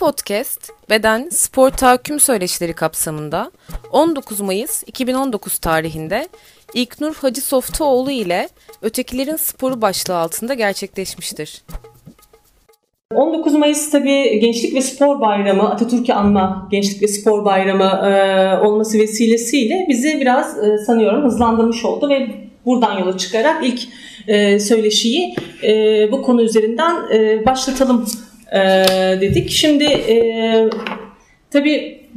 podcast, beden, spor tahakküm söyleşileri kapsamında 19 Mayıs 2019 tarihinde İlknur Hacı Softaoğlu ile Ötekilerin Sporu başlığı altında gerçekleşmiştir. 19 Mayıs tabii Gençlik ve Spor Bayramı, Atatürk'ü anma Gençlik ve Spor Bayramı olması vesilesiyle bizi biraz sanıyorum hızlandırmış oldu ve buradan yola çıkarak ilk söyleşiyi bu konu üzerinden başlatalım dedik. Şimdi tabii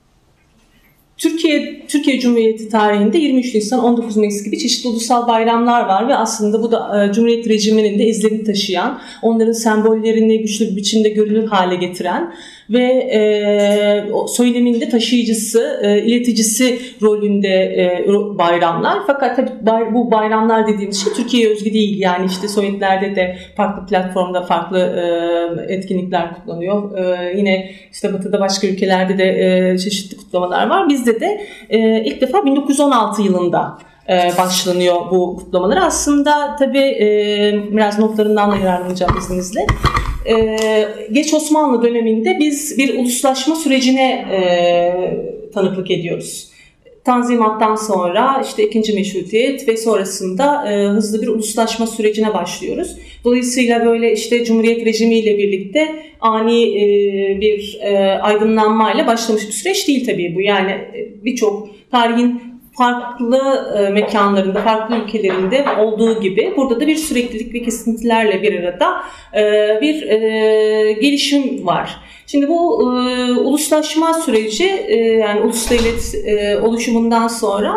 Türkiye Cumhuriyeti tarihinde 23 Nisan, 19 Mayıs gibi çeşitli ulusal bayramlar var ve aslında bu da Cumhuriyet rejiminin de izlerini taşıyan, onların sembollerini güçlü bir biçimde görünür hale getiren ve söyleminde taşıyıcısı, ileticisi rolünde bayramlar. Fakat tabii bu bayramlar dediğimiz şey Türkiye'ye özgü değil. Yani işte Sovyetlerde de farklı platformda farklı etkinlikler kutlanıyor. Yine işte Batı'da başka ülkelerde de çeşitli kutlamalar var. Bizde de ilk defa 1916 yılında başlanıyor bu kutlamalar. Aslında tabii biraz notlarından da yararlanacağım izninizle. Geç Osmanlı döneminde biz bir uluslaşma sürecine tanıklık ediyoruz. Tanzimattan sonra işte 2. Meşrutiyet ve sonrasında hızlı bir uluslaşma sürecine başlıyoruz. Dolayısıyla böyle işte Cumhuriyet rejimiyle birlikte ani bir aydınlanmayla başlamış bir süreç değil tabii bu. Yani birçok tarihin farklı mekanlarında, farklı ülkelerinde olduğu gibi burada da bir süreklilik ve kesintilerle bir arada bir gelişim var. Şimdi bu uluslaşma süreci yani ulus devlet oluşumundan sonra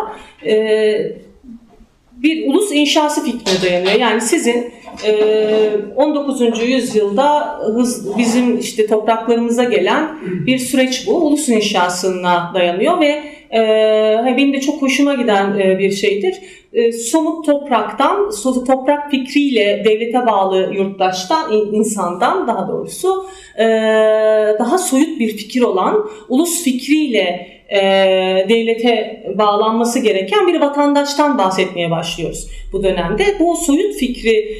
bir ulus inşası fikrine dayanıyor. Yani sizin 19. yüzyılda bizim işte topraklarımıza gelen bir süreç bu. Ulus inşasına dayanıyor ve benim de çok hoşuma giden bir şeydir. Somut topraktan, toprak fikriyle devlete bağlı yurttaştan, insandan daha doğrusu daha soyut bir fikir olan ulus fikriyle devlete bağlanması gereken bir vatandaştan bahsetmeye başlıyoruz bu dönemde. Bu soyut fikri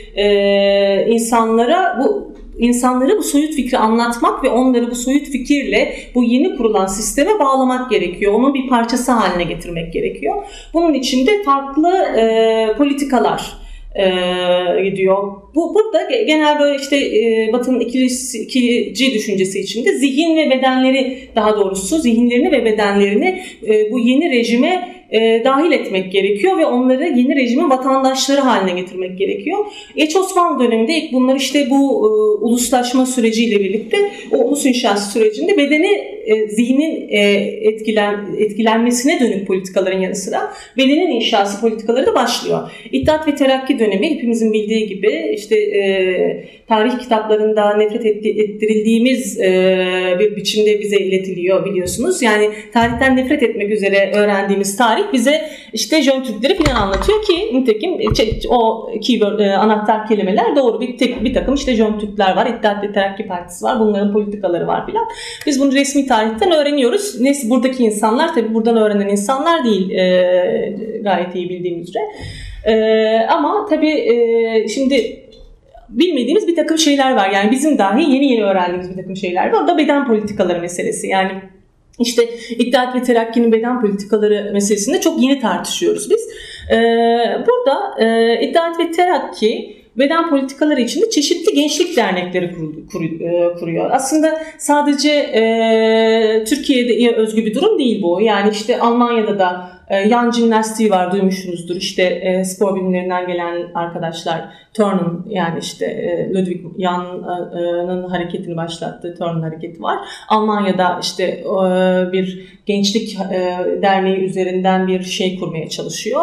insanlara bu soyut fikri anlatmak ve onları bu soyut fikirle bu yeni kurulan sisteme bağlamak gerekiyor. Onun bir parçası haline getirmek gerekiyor. Bunun için de farklı politikalar gidiyor. Burada genel böyle işte Batı'nın ikici düşüncesi içinde zihinlerini ve bedenlerini bu yeni rejime dahil etmek gerekiyor ve onları yeni rejimin vatandaşları haline getirmek gerekiyor. Geç Osmanlı döneminde ilk bunlar işte bu uluslaşma süreciyle birlikte o ulus inşası sürecinde bedeni zihnin etkilenmesine dönük politikaların yanı sıra bedenin inşası politikaları da başlıyor. İttihat ve Terakki dönemi hepimizin bildiği gibi işte tarih kitaplarında nefret ettirildiğimiz bir biçimde bize iletiliyor biliyorsunuz. Yani tarihten nefret etmek üzere öğrendiğimiz tarih bize işte Jön Türkleri falan anlatıyor ki nitekim o keyword, anahtar kelimeler doğru. Bir takım işte Jön Türkler var, İttihat ve Terakki Partisi var, bunların politikaları var filan. Biz bunu resmi tarihten öğreniyoruz. Neyse buradaki insanlar tabii buradan öğrenen insanlar değil gayet iyi bildiğimiz üzere. Ama tabii şimdi bilmediğimiz bir takım şeyler var. Yani bizim dahi yeni öğrendiğimiz bir takım şeyler var. O da beden politikaları meselesi. Yani İşte İttihat ve Terakki'nin beden politikaları meselesinde çok yeni tartışıyoruz biz. Burada İttihat ve Terakki beden politikaları içinde çeşitli gençlik dernekleri kuruyor. Aslında sadece Türkiye'de özgü bir durum değil bu. Yani işte Almanya'da da Yan Jimnastiği var, duymuşsunuzdur. İşte spor bilimlerinden gelen arkadaşlar Turnen, yani işte Ludwig Jan'ın hareketini başlattığı Turnen hareketi var. Almanya'da işte bir gençlik derneği üzerinden bir şey kurmaya çalışıyor.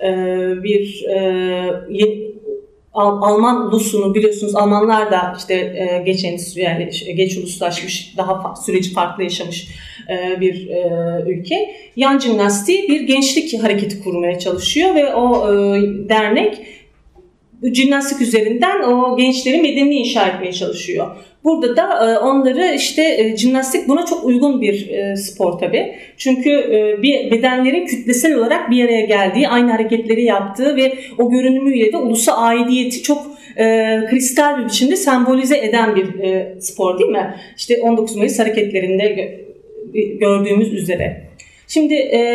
Alman ulusunu biliyorsunuz, Almanlar da işte geç uluslaşmış, daha süreci farklı yaşamış bir ülke. Yan Jimnastiği bir gençlik hareketi kurmaya çalışıyor ve o dernek jimnastik üzerinden o gençlerin bedenini inşa etmeye çalışıyor. Burada da onları işte jimnastik buna çok uygun bir spor tabii. Çünkü bir bedenlerin kütlesel olarak bir araya geldiği, aynı hareketleri yaptığı ve o görünümüyle de ulusa aidiyeti çok kristal bir biçimde sembolize eden bir spor değil mi? İşte 19 Mayıs hareketlerinde gördüğümüz üzere. Şimdi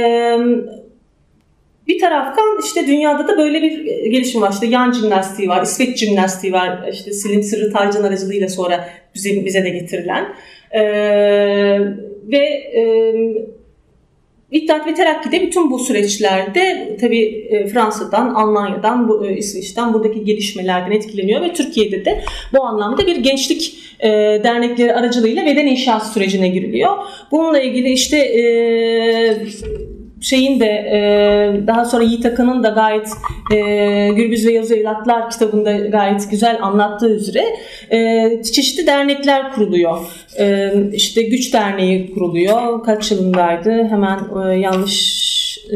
bir taraftan işte dünyada da böyle bir gelişim var. İşte yan jimnastiği var, İsveç jimnastiği var. İşte Selim Sırrı Tarcan aracılığıyla sonra bize de getirilen. Ve İttihat ve Terakki'de bütün bu süreçlerde tabii Fransa'dan, Almanya'dan, İsveç'ten buradaki gelişmelerden etkileniyor ve Türkiye'de de bu anlamda bir gençlik dernekleri aracılığıyla beden inşası sürecine giriliyor. Bununla ilgili işte daha sonra Yiğit Akın'ın da gayet Gürbüz ve Yavuz Evlatlar kitabında gayet güzel anlattığı üzere çeşitli dernekler kuruluyor. İşte Güç Derneği kuruluyor. Kaç yılındaydı? Hemen yanlış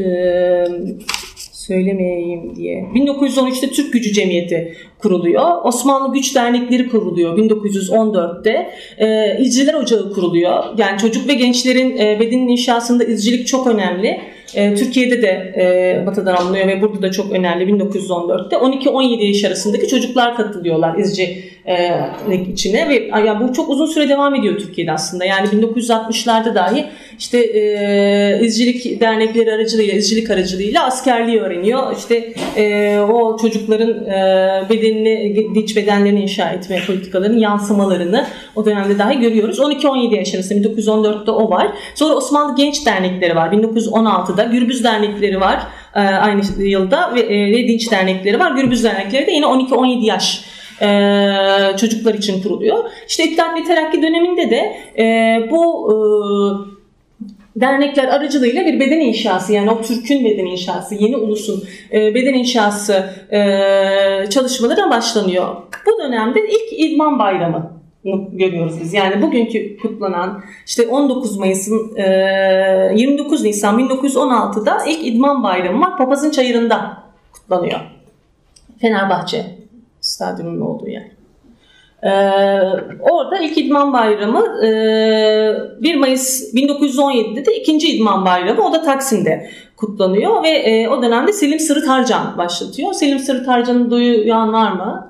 söylemeyeyim diye. 1913'te Türk Gücü Cemiyeti kuruluyor. Osmanlı Güç Dernekleri kuruluyor 1914'te. İzciler Ocağı kuruluyor. Yani çocuk ve gençlerin bedenin inşasında izcilik çok önemli. Türkiye'de de Batı'dan alınıyor ve burada da çok önemli 1914'te. 12-17 yaş arasındaki çocuklar katılıyorlar izcilik içine ve yani bu çok uzun süre devam ediyor Türkiye'de aslında. Yani 1960'larda dahi işte izcilik dernekleri aracılığıyla, izcilik aracılığıyla askerliği öğreniyor. İşte o çocukların dinç bedenlerini inşa etme politikalarının yansımalarını o dönemde dahi görüyoruz. 12-17 yaş arasında 1914'te o var. Sonra Osmanlı Genç Dernekleri var 1916'da. Gürbüz dernekleri var aynı yılda ve dinç dernekleri var. Gürbüz dernekleri de yine 12-17 yaş çocuklar için kuruluyor. İşte İttihat ve Terakki döneminde de bu dernekler aracılığıyla bir beden inşası, yani o Türk'ün beden inşası, yeni ulusun beden inşası çalışmaları başlanıyor. Bu dönemde ilk İdman Bayramı görüyoruz biz. Yani bugünkü kutlanan işte 19 Mayıs'ın 29 Nisan 1916'da ilk İdman Bayramı var. Papazın Çayırı'nda kutlanıyor. Fenerbahçe stadyumunun olduğu yer. Orada ilk İdman Bayramı 1 Mayıs 1917'de de ikinci İdman Bayramı, o da Taksim'de kutlanıyor ve o dönemde Selim Sırrı Tarcan başlatıyor. Selim Sırrı Tarcan'ı duyan var mı?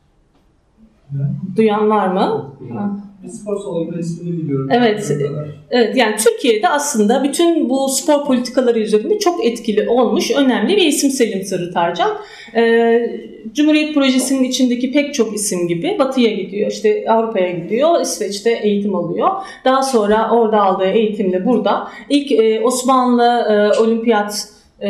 Duyan var mı? Spor salonunda ismini biliyorum. Evet. Evet, yani Türkiye'de aslında bütün bu spor politikaları üzerinde çok etkili olmuş önemli bir isim Selim Sırrı Tarcan. Cumhuriyet Projesi'nin içindeki pek çok isim gibi Batı'ya gidiyor, işte Avrupa'ya gidiyor, İsveç'te eğitim alıyor. Daha sonra orada aldığı eğitimle burada ilk Osmanlı Olimpiyat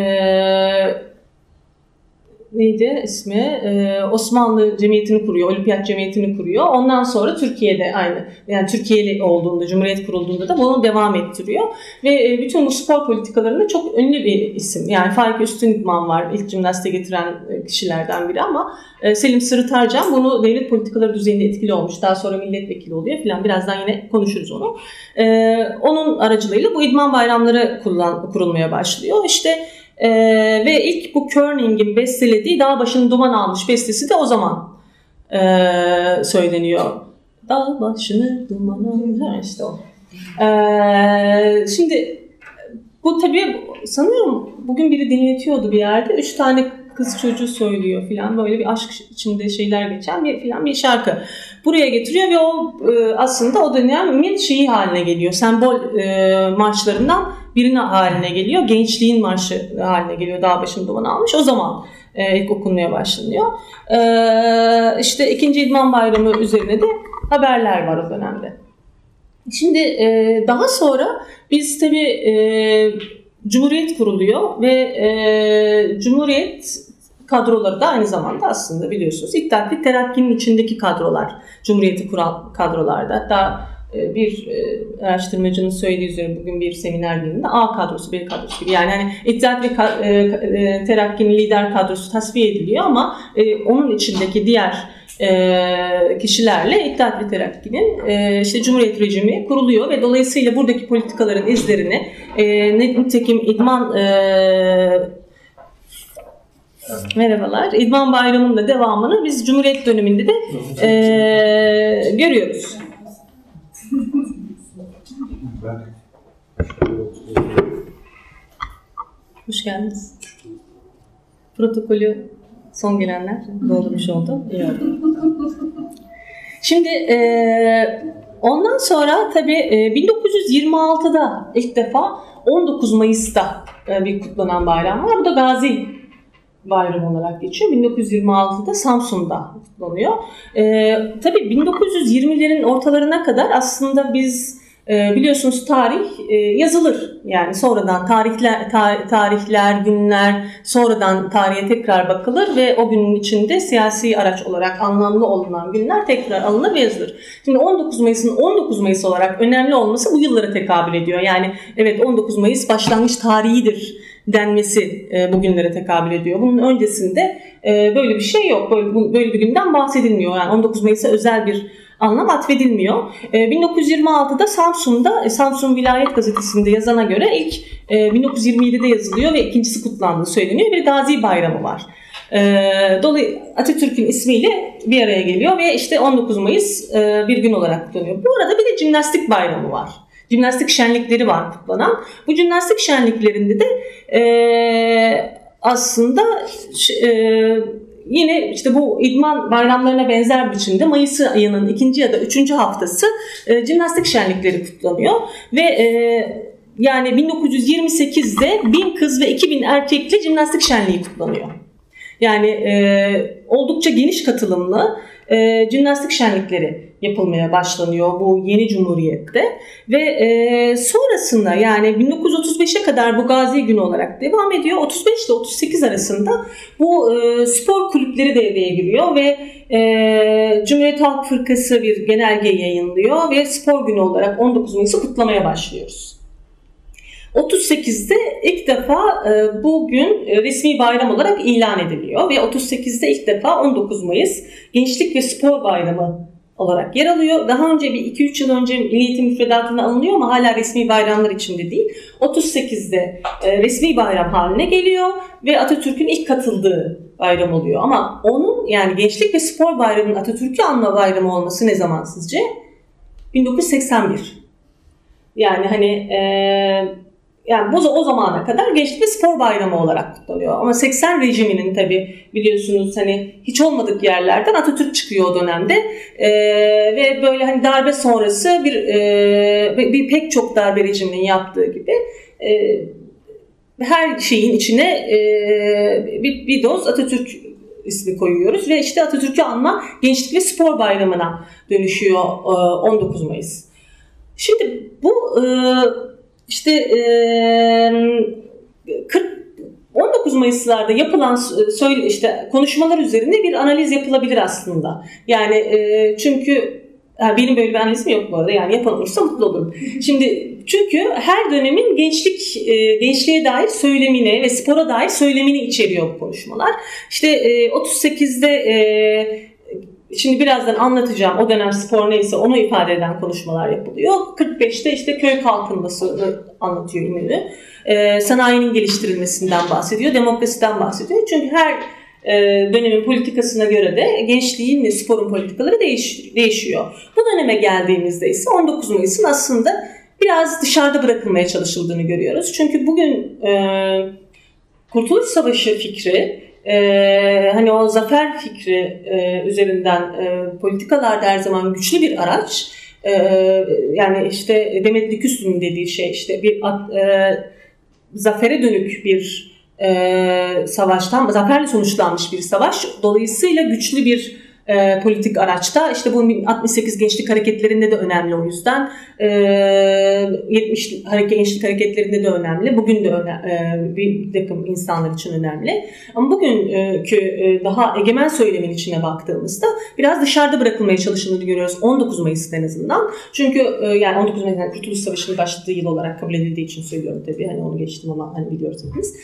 neydi ismi? Osmanlı Cemiyeti'ni kuruyor, Olimpiyat Cemiyeti'ni kuruyor. Ondan sonra Türkiye'de aynı, yani Türkiye'li olduğunda, Cumhuriyet kurulduğunda da bunu devam ettiriyor. Ve bütün bu spor politikalarında çok ünlü bir isim. Yani Faik Üstünidman var, ilk jimnastiğe getiren kişilerden biri, ama Selim Sırrı Tarcan bunu devlet politikaları düzeyinde etkili olmuş. Daha sonra milletvekili oluyor filan. Birazdan yine konuşuruz onu. Onun aracılığıyla bu idman bayramları kurulmaya başlıyor. İşte ve ilk bu Körning'in bestelediği Dağ Başını Duman Almış bestesi de o zaman söyleniyor. Dağ başını duman almış, işte o. Şimdi bu tabii sanıyorum bugün biri dinletiyordu bir yerde. 3 tane kız çocuğu söylüyor filan, böyle bir aşk içinde şeyler geçen bir şarkı. Buraya getiriyor ve o aslında o dönemin şeyi haline geliyor. Sembol marşlarından birine haline geliyor. Gençliğin marşı haline geliyor. Dağ başını duman almış. O zaman ilk okunmaya başlanıyor. İşte 2. İdman Bayramı üzerine de haberler var o dönemde. Şimdi daha sonra biz tabii Cumhuriyet kuruluyor ve Cumhuriyet kadroları da aynı zamanda aslında biliyorsunuz İttihat ve Terakki'nin içindeki kadrolar, Cumhuriyeti kuran kadrolarda. Hatta bir araştırmacının söylediği üzere bugün bir seminer gününde A kadrosu, B kadrosu gibi, yani hani İttihat ve Terakki'nin lider kadrosu tasfiye ediliyor, ama onun içindeki diğer kişilerle İttihat ve Terakki'nin işte Cumhuriyet rejimi kuruluyor ve dolayısıyla buradaki politikaların izlerini nitekim idman merhabalar, İdman Bayramı'nın da devamını biz Cumhuriyet döneminde de görüyoruz. Hoş geldiniz. Protokolü Son gelenler doldurmuş oldu. İyi oldu. Şimdi ondan sonra tabii 1926'da ilk defa 19 Mayıs'ta bir kutlanan bayram var. Bu da Gazi Bayramı olarak geçiyor. 1926'da Samsun'da kutlanıyor. Tabii 1920'lerin ortalarına kadar aslında biz biliyorsunuz tarih yazılır. Yani sonradan tarihler, günler sonradan tarihe tekrar bakılır ve o günün içinde siyasi araç olarak anlamlı olunan günler tekrar alınır ve yazılır. Şimdi 19 Mayıs'ın 19 Mayıs olarak önemli olması bu yıllara tekabül ediyor. Yani evet 19 Mayıs başlangıç tarihidir denmesi bugünlere tekabül ediyor. Bunun öncesinde böyle bir şey yok. Böyle bir günden bahsedilmiyor. Yani 19 Mayıs'a özel bir anlam atfedilmiyor. 1926'da Samsun Vilayet Gazetesi'nde yazana göre ilk 1927'de yazılıyor ve ikincisi kutlandığı söyleniyor ve Gazi Bayramı var. Dolayısıyla Atatürk'ün ismiyle bir araya geliyor ve işte 19 Mayıs bir gün olarak kutlanıyor. Bu arada bir de Jimnastik Bayramı var. Jimnastik şenlikleri var kutlanan. Bu jimnastik şenliklerinde de aslında yine işte bu idman bayramlarına benzer biçimde Mayıs ayının 2. ya da 3. haftası jimnastik şenlikleri kutlanıyor. Ve yani 1928'de 1000 kız ve 2000 erkekli jimnastik şenliği kutlanıyor. Yani oldukça geniş katılımlı jimnastik şenlikleri yapılmaya başlanıyor bu yeni cumhuriyette ve sonrasında yani 1935'e kadar bu Gazi Günü olarak devam ediyor. 35 ile 38 arasında bu spor kulüpleri devreye giriyor ve Cumhuriyet Halk Fırkası bir genelge yayınlıyor ve spor günü olarak 19 Mayıs'ı kutlamaya başlıyoruz. 38'de ilk defa bugün resmi bayram olarak ilan ediliyor ve 38'de ilk defa 19 Mayıs Gençlik ve Spor Bayramı olarak yer alıyor. Daha önce bir 2-3 yıl önce Milli Eğitim müfredatına alınıyor ama hala resmi bayramlar içinde değil. 38'de resmi bayram haline geliyor ve Atatürk'ün ilk katıldığı bayram oluyor. Ama onun yani Gençlik ve Spor Bayramı'nın Atatürk'ü anma bayramı olması ne zaman sizce? 1981. Yani hani yani o zamana kadar Gençlik ve Spor Bayramı olarak kutlanıyor. Ama 80 rejiminin tabii biliyorsunuz hani hiç olmadık yerlerden Atatürk çıkıyor o dönemde. Ve böyle hani darbe sonrası bir pek çok darbe rejiminin yaptığı gibi her şeyin içine bir doz Atatürk ismi koyuyoruz ve işte Atatürk'ü anma Gençlik ve Spor Bayramı'na dönüşüyor 19 Mayıs. Şimdi bu İşte 19 Mayıs'larda yapılan işte konuşmalar üzerine bir analiz yapılabilir aslında. Yani çünkü benim böyle bir analizim yok bu arada. Yani yapan olursa mutlu olurum. Şimdi çünkü her dönemin gençliğe dair söylemini ve spora dair söylemini içeriyor bu konuşmalar. İşte 38'de şimdi birazdan anlatacağım o dönem spor neyse onu ifade eden konuşmalar yapılıyor. 45'te işte köy kalkınmasını anlatıyor İnönü. Sanayinin geliştirilmesinden bahsediyor, demokrasiden bahsediyor. Çünkü her dönemin politikasına göre de gençliğin ve sporun politikaları değişiyor. Bu döneme geldiğimizde ise 19 Mayıs'ın aslında biraz dışarıda bırakılmaya çalışıldığını görüyoruz. Çünkü bugün Kurtuluş Savaşı fikri hani o zafer fikri üzerinden politikalarda her zaman güçlü bir araç. Yani işte Demet Diküs'ün dediği şey işte bir zafere dönük bir savaştan, zaferle sonuçlanmış bir savaş. Dolayısıyla güçlü bir politik araçta. İşte bu 68 gençlik hareketlerinde de önemli o yüzden. 70 gençlik hareketlerinde de önemli. Bugün de bir takım insanlar için önemli. Ama bugünkü daha egemen söylemin içine baktığımızda biraz dışarıda bırakılmaya çalışıldığını görüyoruz 19 Mayıs'ta en azından. Çünkü yani 19 Mayıs'ta Kurtuluş Savaşı'nın başladığı yıl olarak kabul edildiği için söylüyorum tabii. Hani onu geçtim ama hani biliyoruz hepimiz.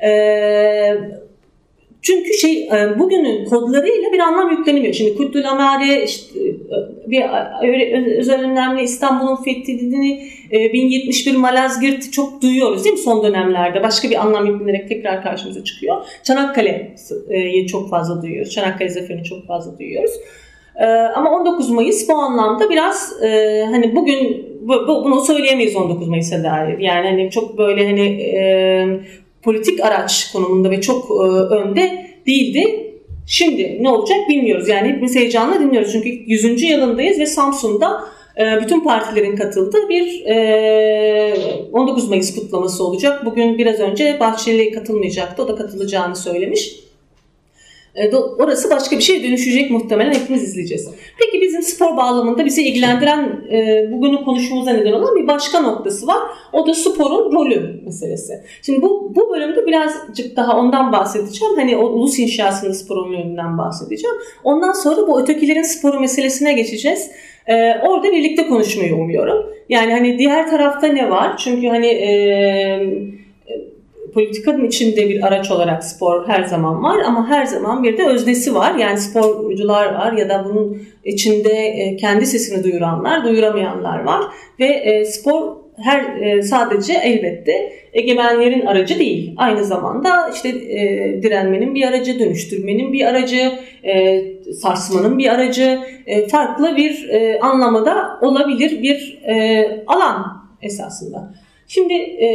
Çünkü bugünün kodlarıyla bir anlam yüklenemiyor. Şimdi Kutlulamare, işte bir önemli İstanbul'un fethedildiğini, 1071 Malazgirt çok duyuyoruz değil mi son dönemlerde? Başka bir anlam yüklenerek tekrar karşımıza çıkıyor. Çanakkale'yi çok fazla duyuyoruz. Çanakkale Zaferi'ni çok fazla duyuyoruz. Ama 19 Mayıs bu anlamda biraz hani bugün bunu söyleyemeyiz 19 Mayıs'a dair. Yani hani çok böyle hani politik araç konumunda ve çok önde değildi Şimdi ne olacak bilmiyoruz. Yani hepimiz heyecanla dinliyoruz. Çünkü 100. yılındayız ve Samsun'da bütün partilerin katıldığı bir 19 Mayıs kutlaması olacak. Bugün biraz önce Bahçeli katılmayacaktı. O da katılacağını söylemiş. Orası başka bir şeye dönüşecek muhtemelen, hepimiz izleyeceğiz. Peki bizim spor bağlamında bizi ilgilendiren, bugünün konuşmamıza neden olan bir başka noktası var. O da sporun rolü meselesi. Şimdi bu bölümde birazcık daha ondan bahsedeceğim. Hani o ulus inşasında sporun rolünden bahsedeceğim. Ondan sonra bu ötekilerin sporu meselesine geçeceğiz. Orada birlikte konuşmayı umuyorum. Yani hani diğer tarafta ne var? Çünkü hani politikanın içinde bir araç olarak spor her zaman var ama her zaman bir de öznesi var. Yani sporcular var ya da bunun içinde kendi sesini duyuranlar, duyuramayanlar var ve spor sadece elbette egemenlerin aracı değil. Aynı zamanda işte direnmenin bir aracı, dönüştürmenin bir aracı, sarsmanın bir aracı, farklı bir anlamada olabilir bir alan esasında. Şimdi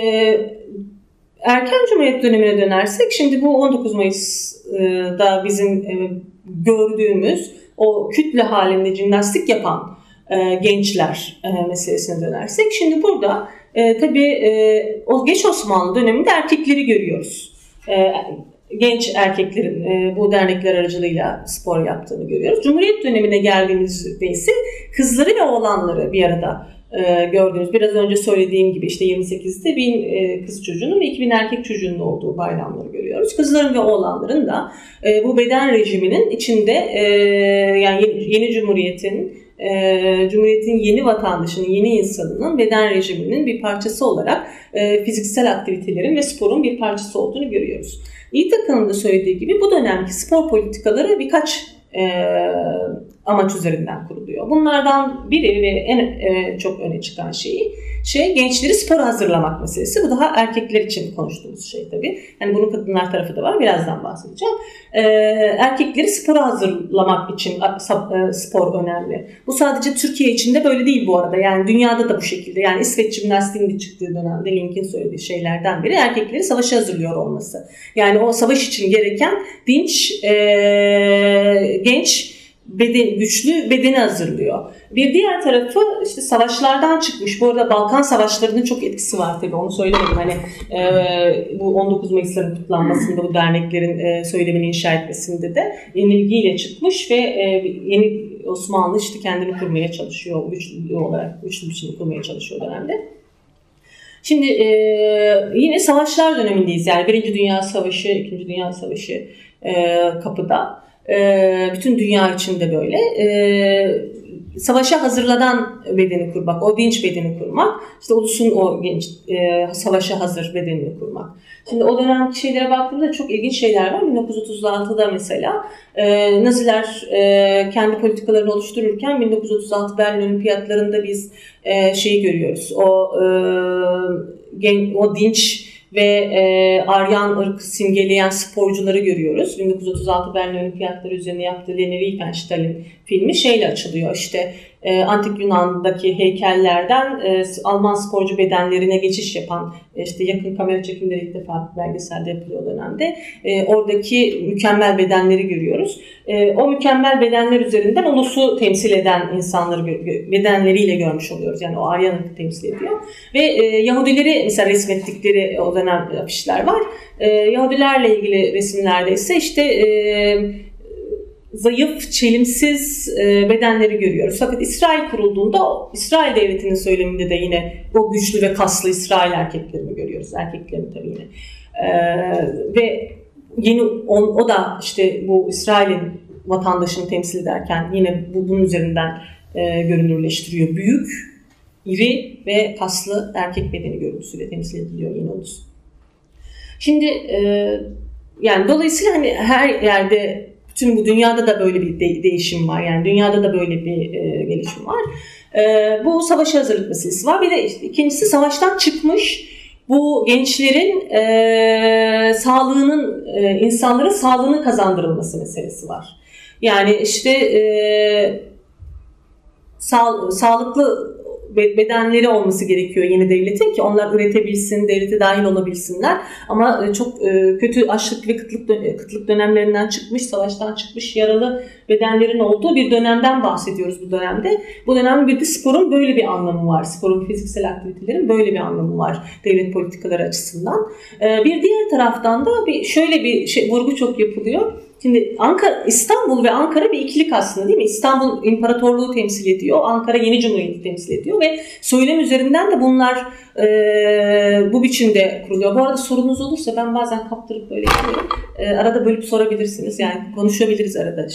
erken Cumhuriyet dönemine dönersek, şimdi bu 19 Mayıs'da bizim gördüğümüz o kütle halinde jimnastik yapan gençler meselesine dönersek, şimdi burada tabii o geç Osmanlı döneminde erkekleri görüyoruz. Genç erkeklerin bu dernekler aracılığıyla spor yaptığını görüyoruz. Cumhuriyet dönemine geldiğimizde ise kızları ve oğlanları bir arada gördüğünüz, biraz önce söylediğim gibi işte 28'de 1000 kız çocuğunun ve 2000 erkek çocuğunun olduğu bayramları görüyoruz. Kızların ve oğlanların da bu beden rejiminin içinde, yani yeni Cumhuriyet'in yeni vatandaşının, yeni insanının beden rejiminin bir parçası olarak fiziksel aktivitelerin ve sporun bir parçası olduğunu görüyoruz. İyi Takım'ın da söylediği gibi bu dönemki spor politikaları birkaç amaç üzerinden kuruluyor. Bunlardan biri ve en çok öne çıkan gençleri spora hazırlamak meselesi. Bu daha erkekler için konuştuğumuz şey tabii. Yani bunun kadınlar tarafı da var. Birazdan bahsedeceğim. Erkekleri spora hazırlamak için spor önemli. Bu sadece Türkiye için de böyle değil bu arada. Yani dünyada da bu şekilde. Yani İsveç jimnastiğinin çıktığı dönemde Link'in söylediği şeylerden biri erkekleri savaşa hazırlıyor olması. Yani o savaş için gereken dinç, genç, güçlü bedeni hazırlıyor. Bir diğer tarafı işte savaşlardan çıkmış. Bu arada Balkan savaşlarının çok etkisi var tabii, onu söylemedim. Hani bu 19 Mayıs'ların kutlanmasında, bu derneklerin söylemini inşa etmesinde de yenilgiyle çıkmış ve yeni Osmanlı işte kendini kurmaya çalışıyor. Güçlü biçimde kurmaya çalışıyor dönemde. Şimdi yine savaşlar dönemindeyiz. Yani Birinci Dünya Savaşı, İkinci Dünya Savaşı kapıda. Bütün dünya içinde böyle. Savaşa hazırlanan bedeni kurmak, o dinç bedeni kurmak, işte ulusun o genç savaşa hazır bedenini kurmak. Şimdi o dönemki şeylere baktığımda çok ilginç şeyler var. 1936'da mesela Naziler kendi politikalarını oluştururken 1936 Berlin Olimpiyatlarında biz şeyi görüyoruz. O dinç ve Aryan ırk simgeleyen sporcuları görüyoruz. 1936 Berlin Olimpiyatları üzerine yaptığı Leni Riefenstahl'in filmi şeyle açılıyor. İşte Antik Yunan'daki heykellerden Alman sporcu bedenlerine geçiş yapan, işte yakın kamera çekimleri ilk defa belgeselde yapılıyor o dönemde. Oradaki mükemmel bedenleri görüyoruz. O mükemmel bedenler üzerinden ulusu temsil eden insanları bedenleriyle görmüş oluyoruz. Yani o Aryan ırkı temsil ediyor. Ve Yahudileri mesela resmettikleri o dönem afişler var. Yahudilerle ilgili resimlerde ise işte zayıf, çelimsiz bedenleri görüyoruz. Fakat İsrail kurulduğunda İsrail devletinin söyleminde de yine o güçlü ve kaslı İsrail erkeklerini görüyoruz. Erkeklerini tabii yine. Ve yeni o da işte bu İsrail'in vatandaşını temsil ederken yine bunun üzerinden görünürleştiriyor. Büyük, iri ve kaslı erkek bedeni görüntüsüyle temsil ediliyor yine ulus. Şimdi yani dolayısıyla hani her yerde, tüm bu dünyada da böyle bir değişim var. Yani dünyada da böyle bir gelişim var. Bu savaşa hazırlık meselesi var. Bir de işte ikincisi savaştan çıkmış bu gençlerin sağlığının, insanların sağlığının kazandırılması meselesi var. Yani işte sağlıklı bedenleri olması gerekiyor yeni devletin ki onlar üretebilsin, devlete dahil olabilsinler. Ama çok kötü açlık ve kıtlık dönemlerinden çıkmış, savaştan çıkmış yaralı bedenlerin olduğu bir dönemden bahsediyoruz bu dönemde. Bu dönemde bir de sporun böyle bir anlamı var. Sporun, fiziksel aktivitelerin böyle bir anlamı var devlet politikaları açısından. Bir diğer taraftan da şöyle bir vurgu çok yapılıyor. Şimdi İstanbul ve Ankara bir ikilik aslında, değil mi? İstanbul İmparatorluğu temsil ediyor, Ankara Yeni Cumhuriyeti temsil ediyor ve söylem üzerinden de bunlar bu biçimde kuruluyor. Bu arada sorunuz olursa ben bazen kaptırıp böyle yapıyorum. Arada bölüp sorabilirsiniz. Yani konuşabiliriz arada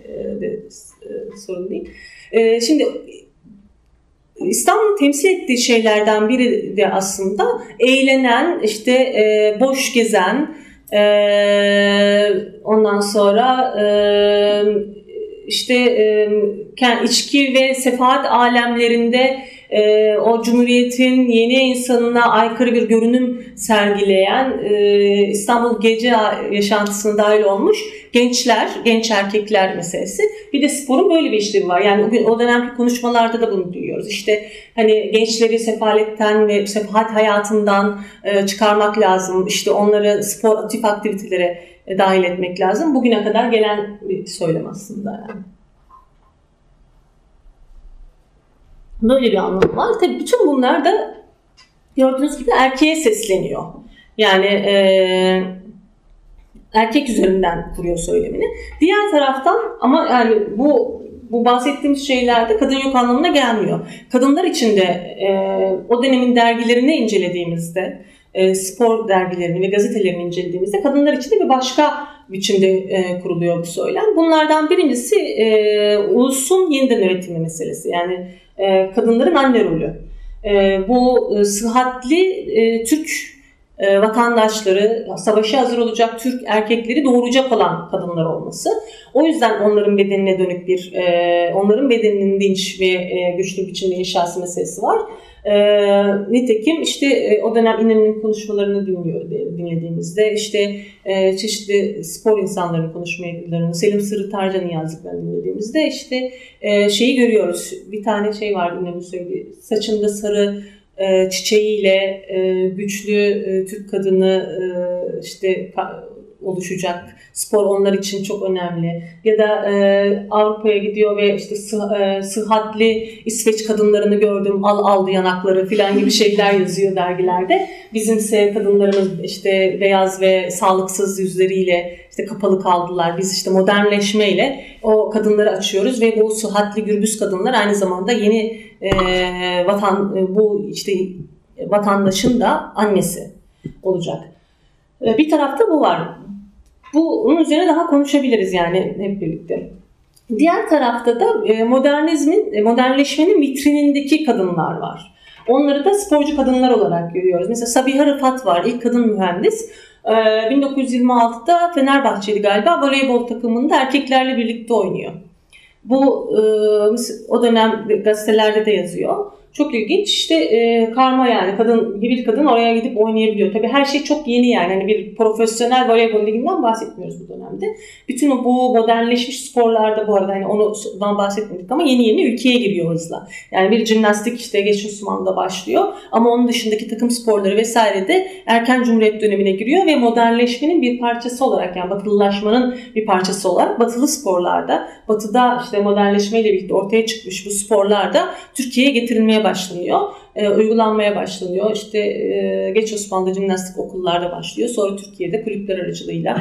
sorun değil. Şimdi İstanbul'un temsil ettiği şeylerden biri de aslında eğlenen, işte boş gezen, ondan sonra içki ve sefahat alemlerinde o Cumhuriyet'in yeni insanına aykırı bir görünüm sergileyen, İstanbul gece yaşantısına dahil olmuş genç erkekler meselesi. Bir de sporun böyle bir işlevi var. Yani o dönemki konuşmalarda da bunu duyuyoruz. İşte hani gençleri sefaletten ve sefahat hayatından çıkarmak lazım. İşte onları sportif aktivitelere dahil etmek lazım. Bugüne kadar gelen bir söylem aslında yani. Böyle bir anlamı var. Tabii bütün bunlar da gördüğünüz gibi erkeğe sesleniyor. Yani erkek üzerinden kuruyor söylemini. Diğer taraftan ama yani bu bahsettiğimiz şeylerde kadın yok anlamına gelmiyor. Kadınlar için de o dönemin dergilerini incelediğimizde, spor dergilerini ve gazetelerini incelediğimizde kadınlar için de bir başka biçimde kuruluyor bu söylem. Bunlardan birincisi ulusun yeniden üretimi meselesi. Yani kadınların anne rolü. Bu sıhhatli Türk vatandaşları, savaşa hazır olacak Türk erkekleri doğuracak olan kadınlar olması. O yüzden onların bedenine dönük onların bedeninin dinç ve güçlü biçimde inşası meselesi var. Nitekim işte o dönem İnönü'nün konuşmalarını dinlediğimizde, işte çeşitli spor insanlarının konuşmalarını, Selim Sırrı Tarcan'ın yazdıklarını dinlediğimizde işte şeyi görüyoruz. Bir tane şey var İnönü söylediği. Saçında sarı çiçeğiyle güçlü Türk kadını işte oluşacak. Spor onlar için çok önemli. Ya da Avrupa'ya gidiyor ve işte sıhhatli İsveç kadınlarını gördüm, aldı yanakları falan gibi şeyler yazıyor dergilerde. Bizimse kadınlarımız işte beyaz ve sağlıksız yüzleriyle işte kapalı kaldılar. Biz işte modernleşmeyle o kadınları açıyoruz ve bu sıhhatli gürbüz kadınlar aynı zamanda yeni vatandaşın da annesi olacak. Bir tarafta bu var. Bunun üzerine daha konuşabiliriz yani hep birlikte. Diğer tarafta da modernleşmenin vitrinindeki kadınlar var. Onları da sporcu kadınlar olarak görüyoruz. Mesela Sabiha Rıfat var, ilk kadın mühendis. 1926'da Fenerbahçeli galiba voleybol takımında erkeklerle birlikte oynuyor. Bu o dönem gazetelerde de yazıyor. Çok ilginç. İşte karma yani bir kadın oraya gidip oynayabiliyor. Tabii her şey çok yeni yani. Hani bir profesyonel voleybol liginden bahsetmiyoruz bu dönemde. Bütün bu modernleşmiş sporlarda bu arada hani ondan bahsetmedik ama yeni ülkeye giriyor hızla. Yani bir jimnastik işte geç Osmanlı'da başlıyor ama onun dışındaki takım sporları vesaire de erken Cumhuriyet dönemine giriyor ve modernleşmenin bir parçası olarak yani batılılaşmanın bir parçası olarak batılı sporlarda, batıda işte modernleşmeyle birlikte ortaya çıkmış bu sporlarda Türkiye'ye getirilmeye başlanıyor. Uygulanmaya başlanıyor. İşte geç Osmanlı'da jimnastik okullarda başlıyor. Sonra Türkiye'de kulüpler aracılığıyla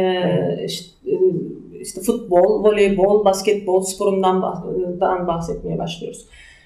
işte futbol, voleybol, basketbol sporundan bahsetmeye başlıyoruz.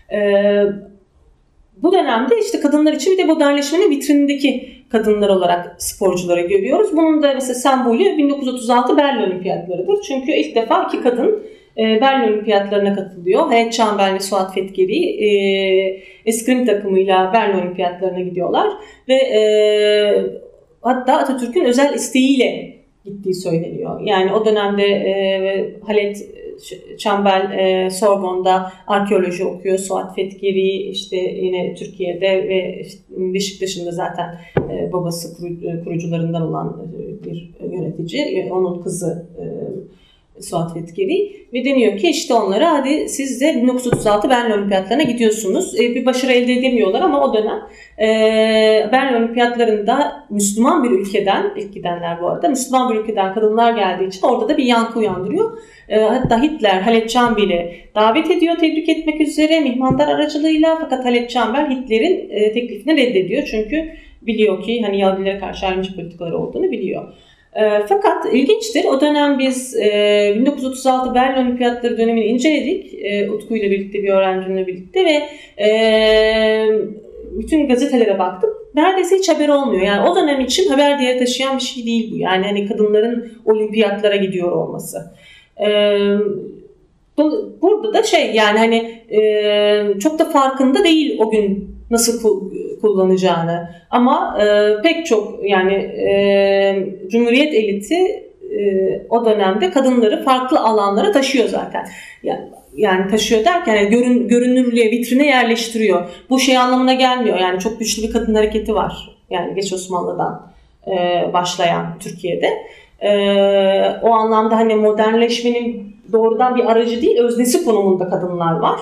Bu dönemde işte kadınlar için bir de modernleşmenin vitrinindeki kadınlar olarak sporcuları görüyoruz. Bunun da mesela sembolü 1936 Berlin Olimpiyatları'dır. Çünkü ilk defa iki kadın Berlin Olimpiyatlarına katılıyor. Hayat Çambel ve Suat Fetkeri eskrim takımıyla Berlin Olimpiyatlarına gidiyorlar ve hatta Atatürk'ün özel isteğiyle gittiği söyleniyor. Yani o dönemde Halet Çambel Sorbonne'da arkeoloji okuyor. Suat Fetkeri işte yine Türkiye'de ve işte Beşiktaş'ın da zaten babası kurucularından olan bir yönetici. Onun kızı Suat Fetkeri ve deniyor ki işte onlara hadi siz de 1936 Berlin Olimpiyatlarına gidiyorsunuz. Bir başarı elde edemiyorlar ama o dönem Berlin Olimpiyatlarında Müslüman bir ülkeden, ilk gidenler bu arada, Müslüman bir ülkeden kadınlar geldiği için orada da bir yankı uyandırıyor. Hatta Hitler Halet Çambil'i davet ediyor tebrik etmek üzere mihmandar aracılığıyla, fakat Halet Çambil Hitler'in teklifini reddediyor. Çünkü biliyor ki hani Yahudilere karşı ayrımcı politikaları olduğunu biliyor. Fakat ilginçtir, o dönem biz 1936 Berlin Olimpiyatları dönemini inceledik. Utku ile birlikte, bir öğrencimle birlikte ve bütün gazetelere baktık. Neredeyse hiç haber olmuyor. Yani o dönem için haber değeri taşıyan bir şey değil bu. Yani hani kadınların olimpiyatlara gidiyor olması. Burada da yani hani çok da farkında değil o gün nasıl kullanacağını. Ama pek çok yani Cumhuriyet eliti o dönemde kadınları farklı alanlara taşıyor zaten. Yani taşıyor derken yani görünürlüğe, vitrine yerleştiriyor. Bu şey anlamına gelmiyor. Yani çok güçlü bir kadın hareketi var. Yani geç Osmanlı'dan başlayan Türkiye'de. O anlamda hani modernleşmenin doğrudan bir aracı değil, öznesi konumunda kadınlar var.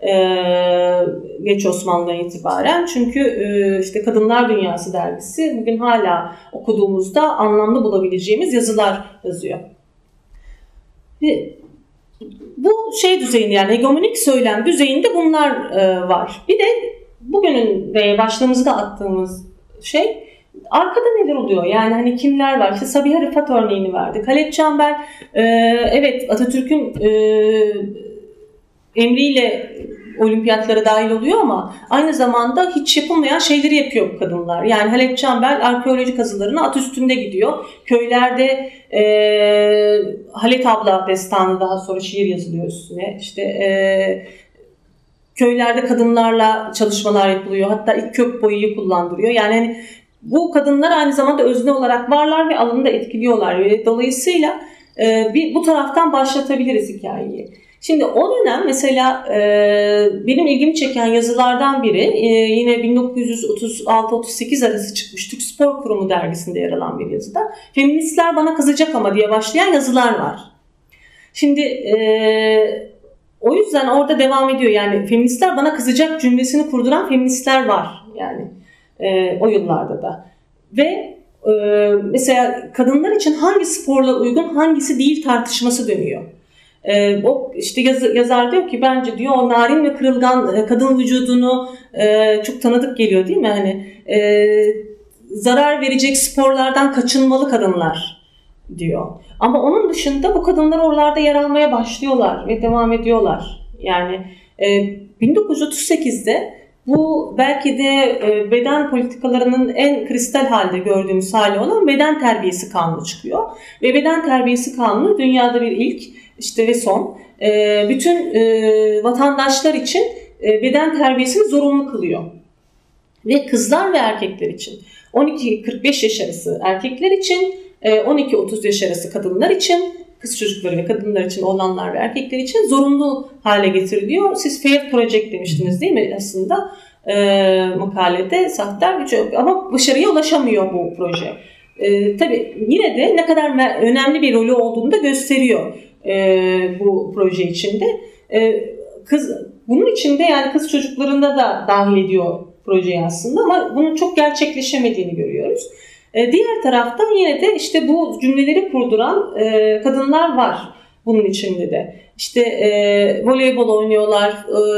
Geç Osmanlı'dan itibaren. Çünkü işte Kadınlar Dünyası dergisi bugün hala okuduğumuzda anlamlı bulabileceğimiz yazılar yazıyor. Bu düzeyinde, yani hegemonik söylem düzeyinde bunlar var. Bir de bugünün başlığımızda attığımız arkada neler oluyor? Yani hani kimler var? İşte Sabiha Rıfat örneğini verdik. Halet Çambil evet Atatürk'ün emriyle olimpiyatlara dahil oluyor ama aynı zamanda hiç yapılmayan şeyleri yapıyor bu kadınlar. Yani Halet Çambil arkeolojik kazılarına at üstünde gidiyor. Köylerde Halet abla destanı, daha sonra şiir yazılıyor üstüne. İşte köylerde kadınlarla çalışmalar yapılıyor. Hatta ilk kök boyayı kullandırıyor. Yani hani bu kadınlar aynı zamanda özne olarak varlar ve alanında etkiliyorlar. Ve dolayısıyla bu taraftan başlatabiliriz hikayeyi. Şimdi o dönem mesela benim ilgimi çeken yazılardan biri yine 1936-38 arası çıkmış Türk Spor Kurumu dergisinde yer alan bir yazıda. Feministler bana kızacak ama diye başlayan yazılar var. Şimdi o yüzden orada devam ediyor. Yani feministler bana kızacak cümlesini kurduran feministler var. Yani o yıllarda da. Ve mesela kadınlar için hangi sporla uygun, hangisi değil tartışması dönüyor. O işte yazar diyor ki bence diyor o narin ve kırılgan kadın vücudunu çok tanıdık geliyor değil mi? Hani zarar verecek sporlardan kaçınmalı kadınlar diyor. Ama onun dışında bu kadınlar oralarda yer almaya başlıyorlar ve devam ediyorlar. Yani 1938'de bu belki de beden politikalarının en kristal halde gördüğümüz hali olan beden terbiyesi kanunu çıkıyor. Ve beden terbiyesi kanunu dünyada bir ilk ve son. Bütün vatandaşlar için beden terbiyesini zorunlu kılıyor. Ve kızlar ve erkekler için 12-45 yaş arası erkekler için, 12-30 yaş arası kadınlar için, kız çocukları ve kadınlar için, olanlar ve erkekler için zorunlu hale getiriliyor. Siz Fair Project demiştiniz değil mi aslında makalede? Sahter ama başarıya ulaşamıyor bu proje. Tabii yine de ne kadar önemli bir rolü olduğunu da gösteriyor bu proje içinde. Bunun içinde yani kız çocuklarında da dahil ediyor projeyi aslında ama bunun çok gerçekleşemediğini görüyoruz. Diğer taraftan yine de işte bu cümleleri kurduran kadınlar var bunun içinde de. İşte voleybol oynuyorlar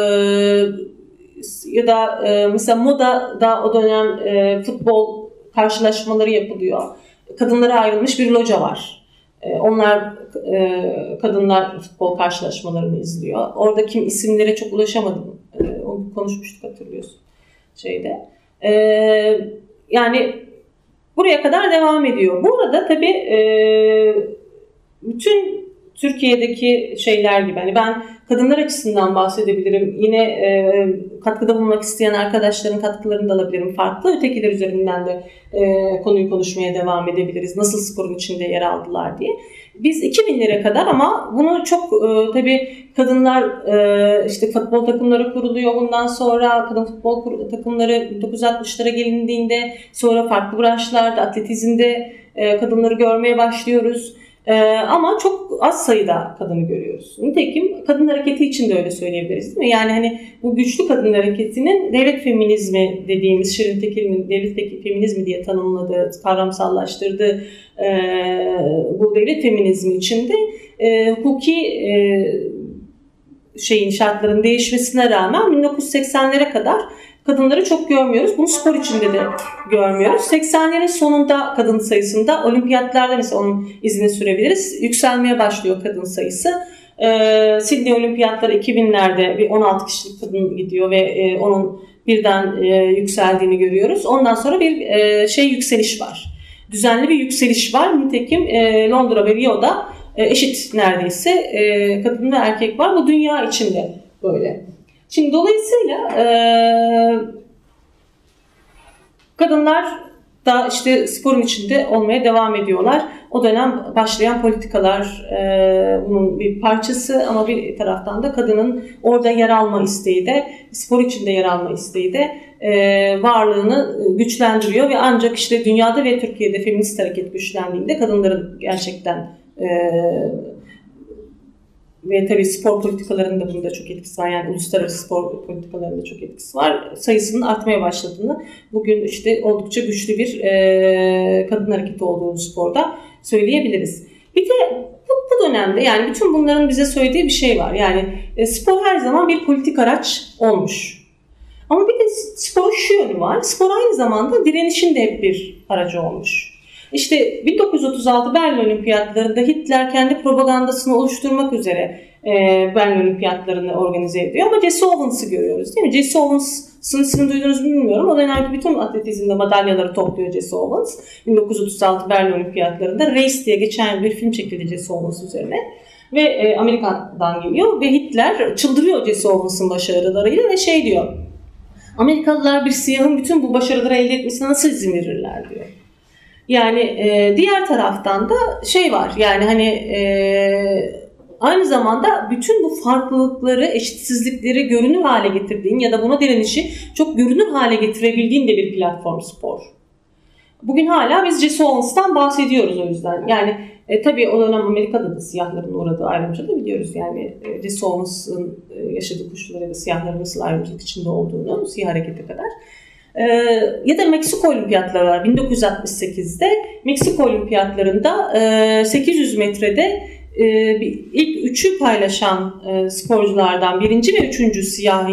ya da mesela modada o dönem futbol karşılaşmaları yapılıyor. Kadınlara ayrılmış bir loca var. Onlar kadınlar futbol karşılaşmalarını izliyor. Orada isimlere çok ulaşamadım. Onu konuşmuştuk, hatırlıyorsun yani buraya kadar devam ediyor. Bu arada tabii bütün Türkiye'deki şeyler gibi, hani ben kadınlar açısından bahsedebilirim. Yine katkıda bulunmak isteyen arkadaşların katkılarını da alabilirim. Farklı ötekiler üzerinden de konuyu konuşmaya devam edebiliriz. Nasıl sporun içinde yer aldılar diye. Biz 2000'lere kadar ama bunu çok tabii kadınlar işte futbol takımları kuruluyor. Bundan sonra kadın futbol takımları 1960'lara gelindiğinde sonra farklı branşlarda atletizmde kadınları görmeye başlıyoruz. Ama çok az sayıda kadını görüyoruz. Nitekim kadın hareketi için de öyle söyleyebiliriz, değil mi? Yani hani bu güçlü kadın hareketinin devlet feminizmi dediğimiz, Şirin Tekin'in devlet feminizmi diye tanımladığı, kavramsallaştırdığı bu devlet feminizmi içinde hukuki şartların değişmesine rağmen 1980'lere kadar kadınları çok görmüyoruz. Bunu spor içinde de görmüyoruz. 80'lerin sonunda kadın sayısında olimpiyatlarda mesela onun izini sürebiliriz. Yükselmeye başlıyor kadın sayısı. Sydney olimpiyatları 2000'lerde bir 16 kişilik kadın gidiyor ve onun birden yükseldiğini görüyoruz. Ondan sonra bir yükseliş var. Düzenli bir yükseliş var. Nitekim Londra ve Rio'da eşit neredeyse kadın ve erkek var. Bu dünya içinde böyle. Şimdi dolayısıyla kadınlar da işte sporun içinde olmaya devam ediyorlar. O dönem başlayan politikalar bunun bir parçası ama bir taraftan da kadının orada yer alma isteği de, spor içinde yer alma isteği de varlığını güçlendiriyor ve ancak işte dünyada ve Türkiye'de feminist hareket güçlendiğinde kadınların gerçekten ve tabii spor politikalarında bunda çok etkisi var. Yani uluslararası spor politikalarında çok etkisi var. Sayısının artmaya başladığını, bugün işte oldukça güçlü bir kadın hareketi olduğunu sporda söyleyebiliriz. Bir de bu dönemde yani bütün bunların bize söylediği bir şey var. Yani spor her zaman bir politik araç olmuş. Ama bir de sporun şu yönü var. Spor aynı zamanda direnişin de hep bir aracı olmuş. İşte 1936 Berlin Olimpiyatlarında Hitler kendi propagandasını oluşturmak üzere Berlin Olimpiyatlarını organize ediyor. Ama Jesse Owens'ı görüyoruz, değil mi? Jesse Owens'ın ismini duydunuz mu bilmiyorum. O dönemki bütün atletizmde madalyaları topluyor Jesse Owens. 1936 Berlin Olimpiyatlarında Race diye geçen bir film çekildi Jesse Owens üzerine. Ve Amerika'dan geliyor ve Hitler çıldırıyor Jesse Owens'ın başarılarıyla ve diyor. Amerikalılar bir siyahın bütün bu başarıları elde etmesine nasıl izin verirler diyor. Yani diğer taraftan da var yani hani aynı zamanda bütün bu farklılıkları, eşitsizlikleri görünür hale getirdiğin ya da buna direnişi çok görünür hale getirebildiğin de bir platform spor. Bugün hala biz Jesse Owens'tan bahsediyoruz o yüzden. Yani tabii o dönem Amerika'da da siyahların uğradığı ayrımcılığı da biliyoruz. Yani Jesse Owens'ın yaşadığı koşulları ve siyahların nasıl ayrımcılık içinde olduğunu, siyah harekete kadar. Ya da Meksiko Olimpiyatları var 1968'de. Meksiko Olimpiyatlarında 800 metrede ilk üçü paylaşan sporculardan birinci ve üçüncü siyah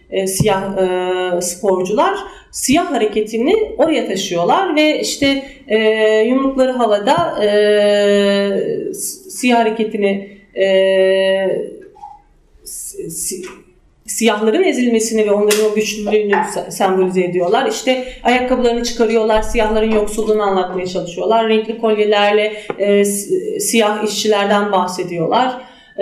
sporcular siyah hareketini oraya taşıyorlar ve işte yumrukları havada siyah hareketini siyahların ezilmesini ve onların o güçlülüğünü sembolize ediyorlar. İşte ayakkabılarını çıkarıyorlar, siyahların yoksulluğunu anlatmaya çalışıyorlar. Renkli kolyelerle siyah işçilerden bahsediyorlar.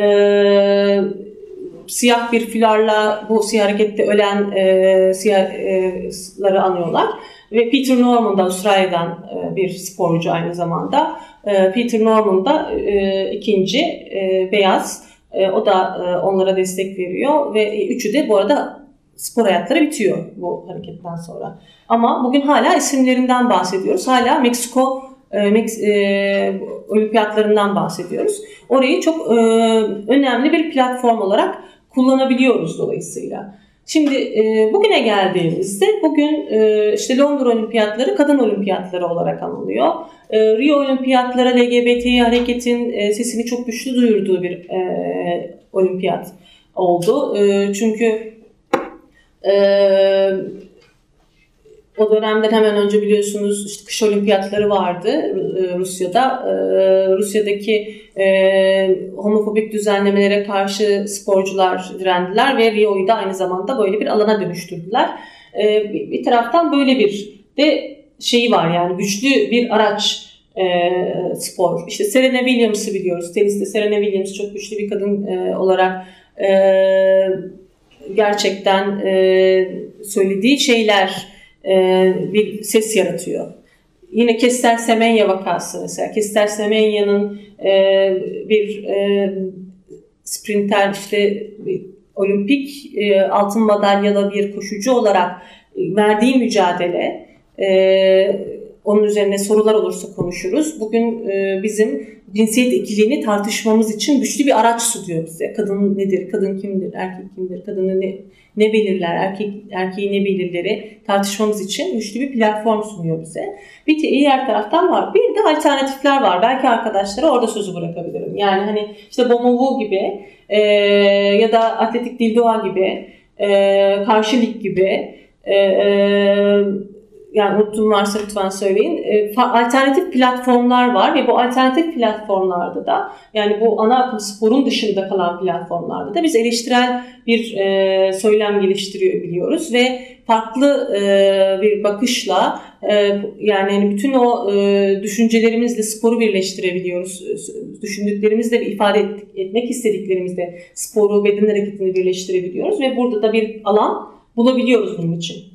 Siyah bir fularla bu siyah harekette ölen siyahları anıyorlar. Ve Peter Norman da Avustralya'dan bir sporcu aynı zamanda. Peter Norman da ikinci beyaz. O da onlara destek veriyor ve üçü de bu arada spor hayatları bitiyor bu hareketten sonra. Ama bugün hala isimlerinden bahsediyoruz. Hala Meksiko olimpiyatlarından bahsediyoruz. Orayı çok önemli bir platform olarak kullanabiliyoruz dolayısıyla. Şimdi bugüne geldiğimizde bugün işte Londra Olimpiyatları kadın olimpiyatları olarak anılıyor. Rio Olimpiyatları LGBT hareketin sesini çok güçlü duyurduğu bir olimpiyat oldu. Çünkü o dönemden hemen önce biliyorsunuz işte kış olimpiyatları vardı Rusya'da. Rusya'daki homofobik düzenlemelere karşı sporcular direndiler ve Rio'yu da aynı zamanda böyle bir alana dönüştürdüler. Bir taraftan böyle bir de var yani güçlü bir araç spor. İşte Serena Williams'ı biliyoruz. Teniste Serena Williams çok güçlü bir kadın olarak gerçekten söylediği şeyler bir ses yaratıyor. Yine Kester Semenya vakası mesela. Kester Semenya'nın bir sprinter işte olimpik altın madalyalı bir koşucu olarak verdiği mücadele onun üzerine sorular olursa konuşuruz. Bugün bizim cinsiyet ikiliğini tartışmamız için güçlü bir araç sunuyor bize. Kadın nedir, kadın kimdir, erkek kimdir, kadını ne belirler, erkeği ne belirleri tartışmamız için güçlü bir platform sunuyor bize. Bir diğer taraftan var. Bir de alternatifler var. Belki arkadaşlara orada sözü bırakabilirim. Yani hani işte Bomovu gibi ya da Atletik Dildoğa gibi, Karşı Lig gibi, yani unuttuğum varsa lütfen söyleyin. Alternatif platformlar var ve bu alternatif platformlarda da, yani bu ana akım sporun dışında kalan platformlarda da biz eleştirel bir söylem geliştirebiliyoruz ve farklı bir bakışla yani bütün o düşüncelerimizle sporu birleştirebiliyoruz. Düşündüklerimizle ifade etmek istediklerimizle sporu, beden hareketini birleştirebiliyoruz ve burada da bir alan bulabiliyoruz bunun için.